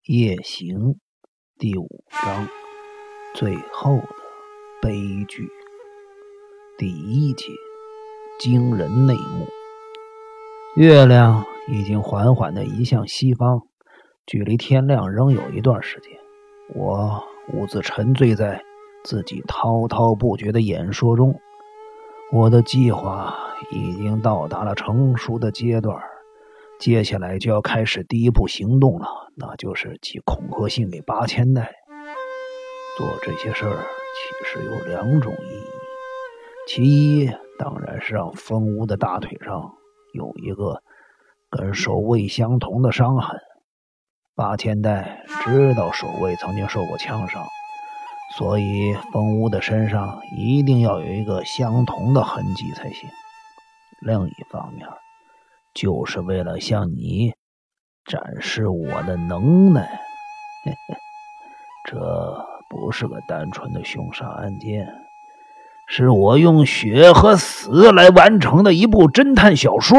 夜行第5章，最后的悲剧。第1节，惊人内幕。月亮已经缓缓地移向西方，距离天亮仍有一段时间。我兀自沉醉在自己滔滔不绝的演说中。我的计划已经到达了成熟的阶段，接下来就要开始第一步行动了，那就是寄恐吓信给8000代。做这些事儿其实有2种意义，其一当然是让风屋的大腿上有一个跟守卫相同的伤痕。8000代知道守卫曾经受过枪伤，所以风屋的身上一定要有一个相同的痕迹才行。另一方面，就是为了向你展示我的能耐。这不是个单纯的凶杀案件，是我用血和死来完成的一部侦探小说。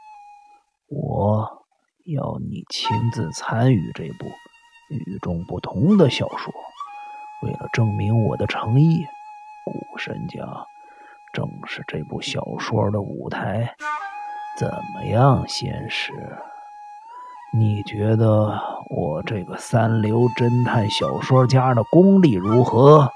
我要你亲自参与这部与众不同的小说。为了证明我的诚意，古神家正是这部小说的舞台。怎么样，仙师？你觉得我这个3流侦探小说家的功力如何？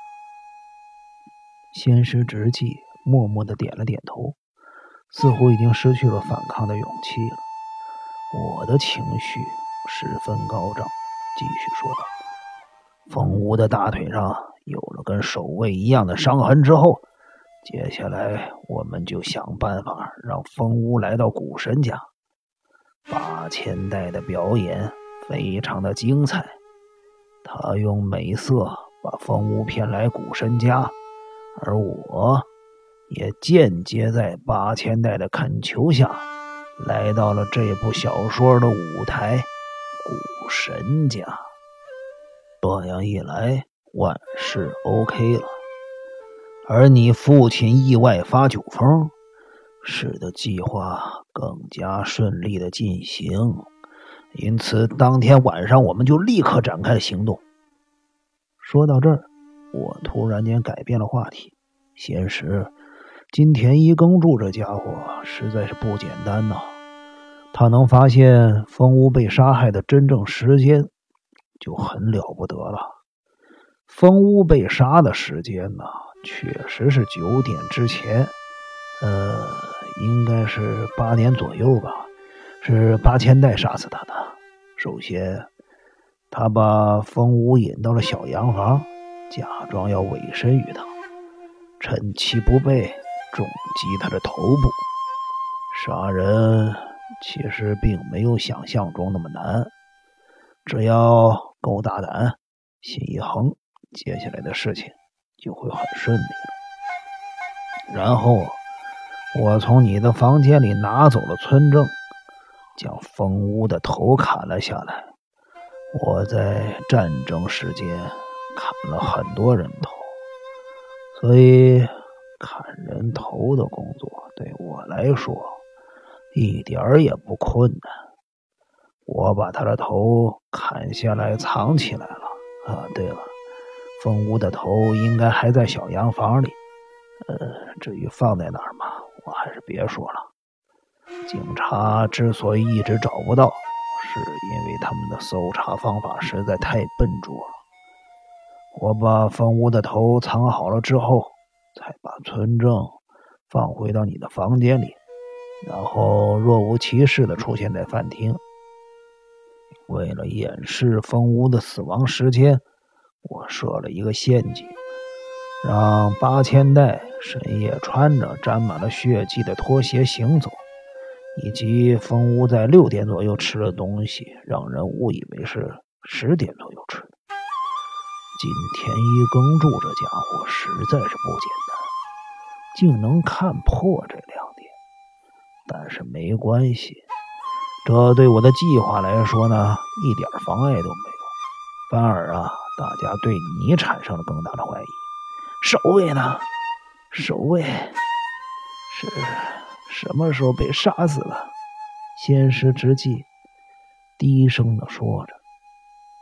仙师直记默默地点了点头，似乎已经失去了反抗的勇气了。我的情绪十分高涨，继续说道：风屋的大腿上有了跟守卫一样的伤痕之后，接下来我们就想办法让风屋来到古神家。8000代的表演非常的精彩，他用美色把风屋骗来古神家，而我也间接在8000代的恳求下来到了这部小说的舞台古神家。这样一来万事 OK 了，而你父亲意外发酒疯，使得计划更加顺利的进行，因此当天晚上我们就立刻展开行动。说到这儿，我突然间改变了话题。仙师，金田一耕助这家伙实在是不简单呐，他能发现风屋被杀害的真正时间就很了不得了。风屋被杀的时间呢，确实是9点之前，应该是8点左右吧，是8000代杀死他的。首先，他把风屋引到了小洋房，假装要委身于他，趁其不备重击他的头部。杀人其实并没有想象中那么难，只要够大胆，心一横，接下来的事情就会很顺利了。然后我从你的房间里拿走了村证，将风屋的头砍了下来。我在战争时间砍了很多人头，所以砍人头的工作对我来说一点也不困难。我把他的头砍下来藏起来了。对了，风屋的头应该还在小洋房里，至于放在哪儿嘛，我还是别说了。警察之所以一直找不到，是因为他们的搜查方法实在太笨拙了。我把风屋的头藏好了之后，才把村证放回到你的房间里，然后若无其事地出现在饭厅。为了掩饰风屋的死亡时间，我设了一个陷阱，让8000代深夜穿着沾满了血迹的拖鞋行走，以及风屋在6点左右吃的东西让人误以为是10点左右吃的。金田一耕助这家伙实在是不简单，竟能看破这2点。但是没关系，这对我的计划来说呢，一点妨碍都没有，反而大家对你产生了更大的怀疑。守卫呢？守卫是什么时候被杀死了？仙师直记低声地说着。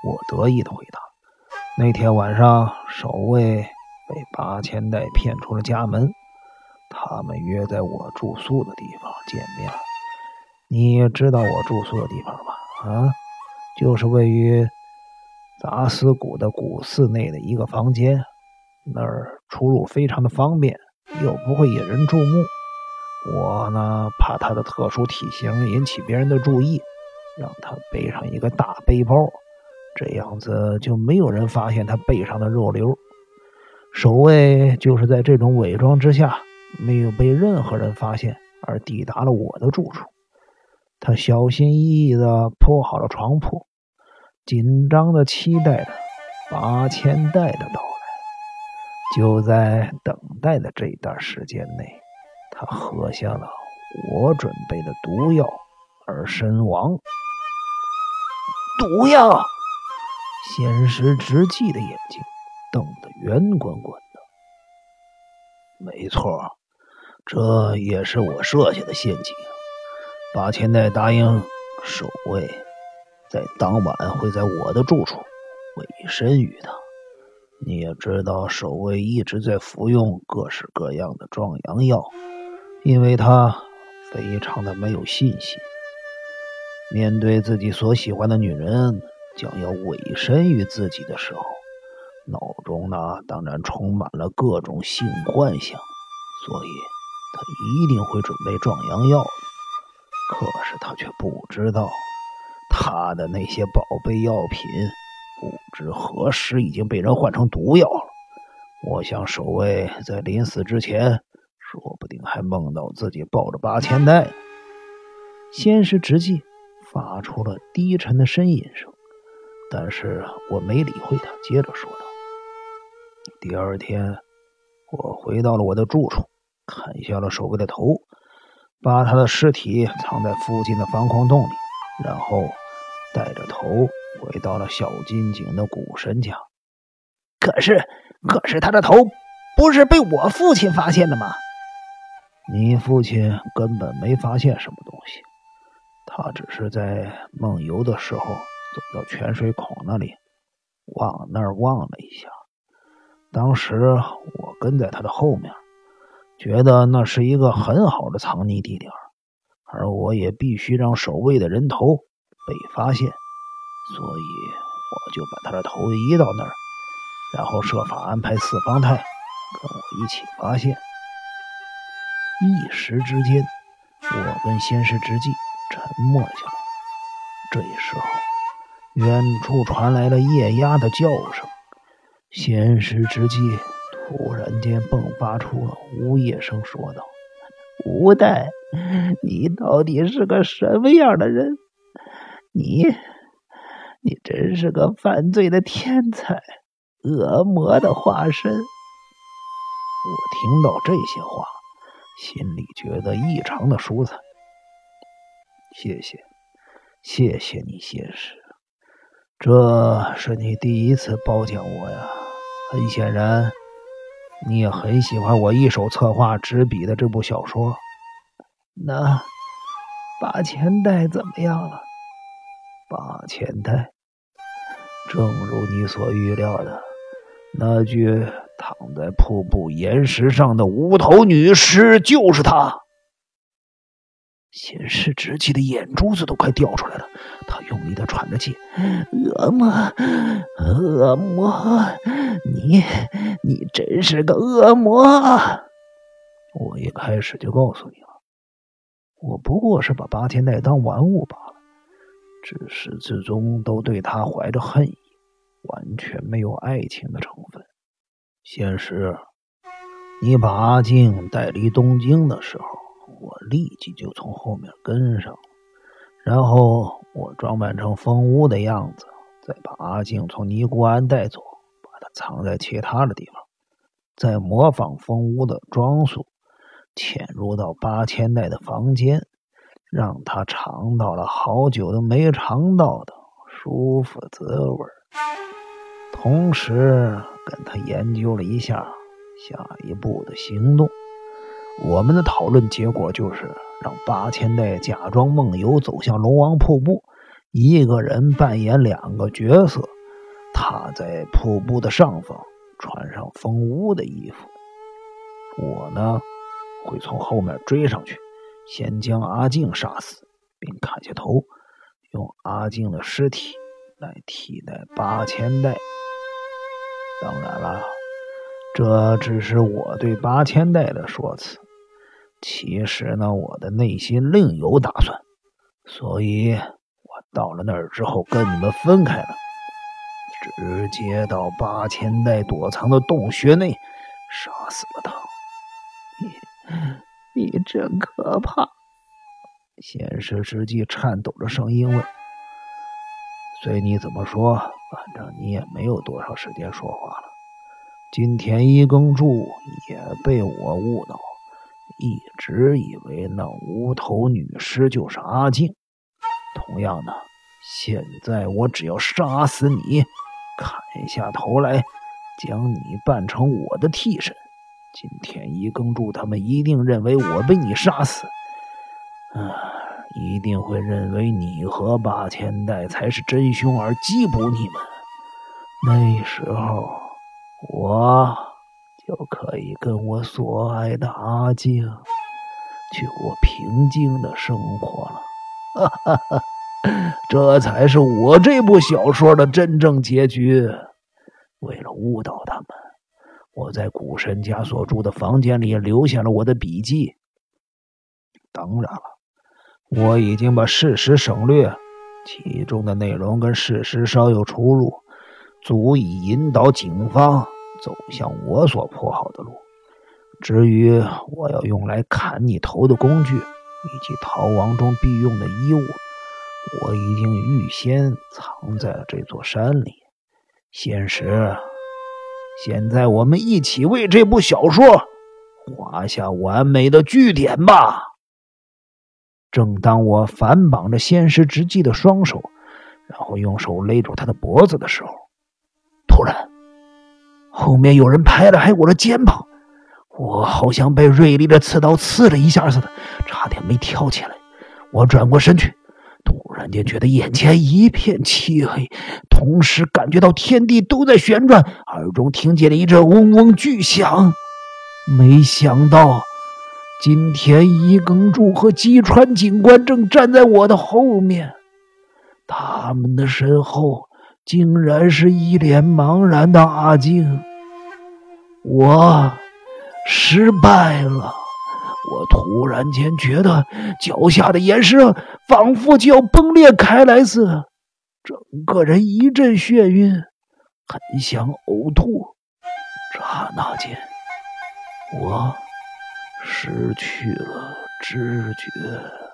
我得意的回答。那天晚上，守卫被八千代骗出了家门，他们约在我住宿的地方见面。你知道我住宿的地方吧？就是位于杂司谷的古寺内的一个房间，那儿出入非常的方便，又不会引人注目。我呢，怕他的特殊体型引起别人的注意，让他背上一个大背包，这样子就没有人发现他背上的肉瘤。守卫就是在这种伪装之下，没有被任何人发现而抵达了我的住处。他小心翼翼地铺好了床铺，紧张地期待着八千代的到来。就在等待的这段时间内，他喝下了我准备的毒药而身亡。毒药！仙师直纪的眼睛瞪得圆滚滚的。没错，这也是我设下的陷阱。八千代答应守卫在当晚会在我的住处委身于他。你也知道，守卫一直在服用各式各样的壮阳药，因为他非常的没有信心。面对自己所喜欢的女人将要委身于自己的时候，脑中呢当然充满了各种性幻想，所以他一定会准备壮阳药的。可是他却不知道，他的那些宝贝药品不知何时已经被人换成毒药了。我想守卫在临死之前说不定还梦到自己抱着八千代。仙师直纪发出了低沉的呻吟声，但是我没理会他，接着说道。第二天，我回到了我的住处，砍下了守卫的头，把他的尸体藏在附近的防空洞里，然后带着头回到了小金井的古神家。可是他的头不是被我父亲发现的吗？你父亲根本没发现什么东西，他只是在梦游的时候走到泉水孔那里，往那儿望了一下。当时我跟在他的后面，觉得那是一个很好的藏匿地点，而我也必须让守卫的人头被发现，所以我就把他的头移到那儿，然后设法安排四方太跟我一起发现。一时之间，我跟仙师直纪沉默了下来。这时候，远处传来了夜鸦的叫声，仙师直纪突然间迸发出了呜咽声，说道：吴代，你到底是个什么样的人？你真是个犯罪的天才，恶魔的化身。我听到这些话，心里觉得异常的舒坦。谢谢你，仙师，这是你第一次褒奖我呀。很显然，你也很喜欢我一手策划执笔的这部小说。那八千代怎么样了？八千代，正如你所预料的，那具躺在瀑布岩石上的无头女尸就是他。仙师直纪的眼珠子都快掉出来了，他用力地喘着气。恶魔，你真是个恶魔！我一开始就告诉你了，我不过是把八千代当玩物罢了，至始至终都对他怀着恨意，完全没有爱情的成分。仙师，你把阿静带离东京的时候，我立即就从后面跟上了，然后我装扮成风屋的样子，再把阿静从尼姑庵带走，把她藏在其他的地方，再模仿风屋的装束，潜入到八千代的房间，让他尝到了好久都没尝到的舒服滋味，同时跟他研究了一下下一步的行动。我们的讨论结果就是让八千代假装梦游走向龙王瀑布， 一个人扮演2个角色，他在瀑布的上方穿上风屋的衣服，我呢会从后面追上去，先将阿静杀死，并砍下头，用阿静的尸体来替代8000代。当然了，这只是我对8000代的说辞，其实呢，我的内心另有打算，所以我到了那儿之后跟你们分开了，直接到8000代躲藏的洞穴内杀死了他。你真可怕！仙师之际颤抖着声音问。随你怎么说，反正你也没有多少时间说话了。金田一耕助也被我误导，一直以为那无头女尸就是阿静。同样的，现在我只要杀死你，砍下头来，将你扮成我的替身，金田一耕助他们一定认为我被你杀死，一定会认为你和8000代才是真凶而缉捕你们。那时候我就可以跟我所爱的阿静去过平静的生活了。哈哈哈，这才是我这部小说的真正结局。为了误导他们，我在古神家所住的房间里留下了我的笔记。当然了，我已经把事实省略，其中的内容跟事实稍有出入，足以引导警方走向我所铺好的路。至于我要用来砍你头的工具以及逃亡中必用的衣物，我已经预先藏在了这座山里。现实，现在我们一起为这部小说画下完美的句点吧。正当我反绑着仙师之际的双手，然后用手勒住他的脖子的时候，突然后面有人拍了拍我的肩膀，我好像被锐利的刺刀刺了一下似的，差点没跳起来。我转过身去，突然间觉得眼前一片漆黑，同时感觉到天地都在旋转，耳中听见了一阵嗡嗡巨响。没想到金田一耕助和吉川警官正站在我的后面，他们的身后竟然是一脸茫然的阿静。我失败了。我突然间觉得脚下的岩石仿佛就要崩裂开来似的，整个人一阵眩晕，很想呕吐。刹那间，我失去了知觉。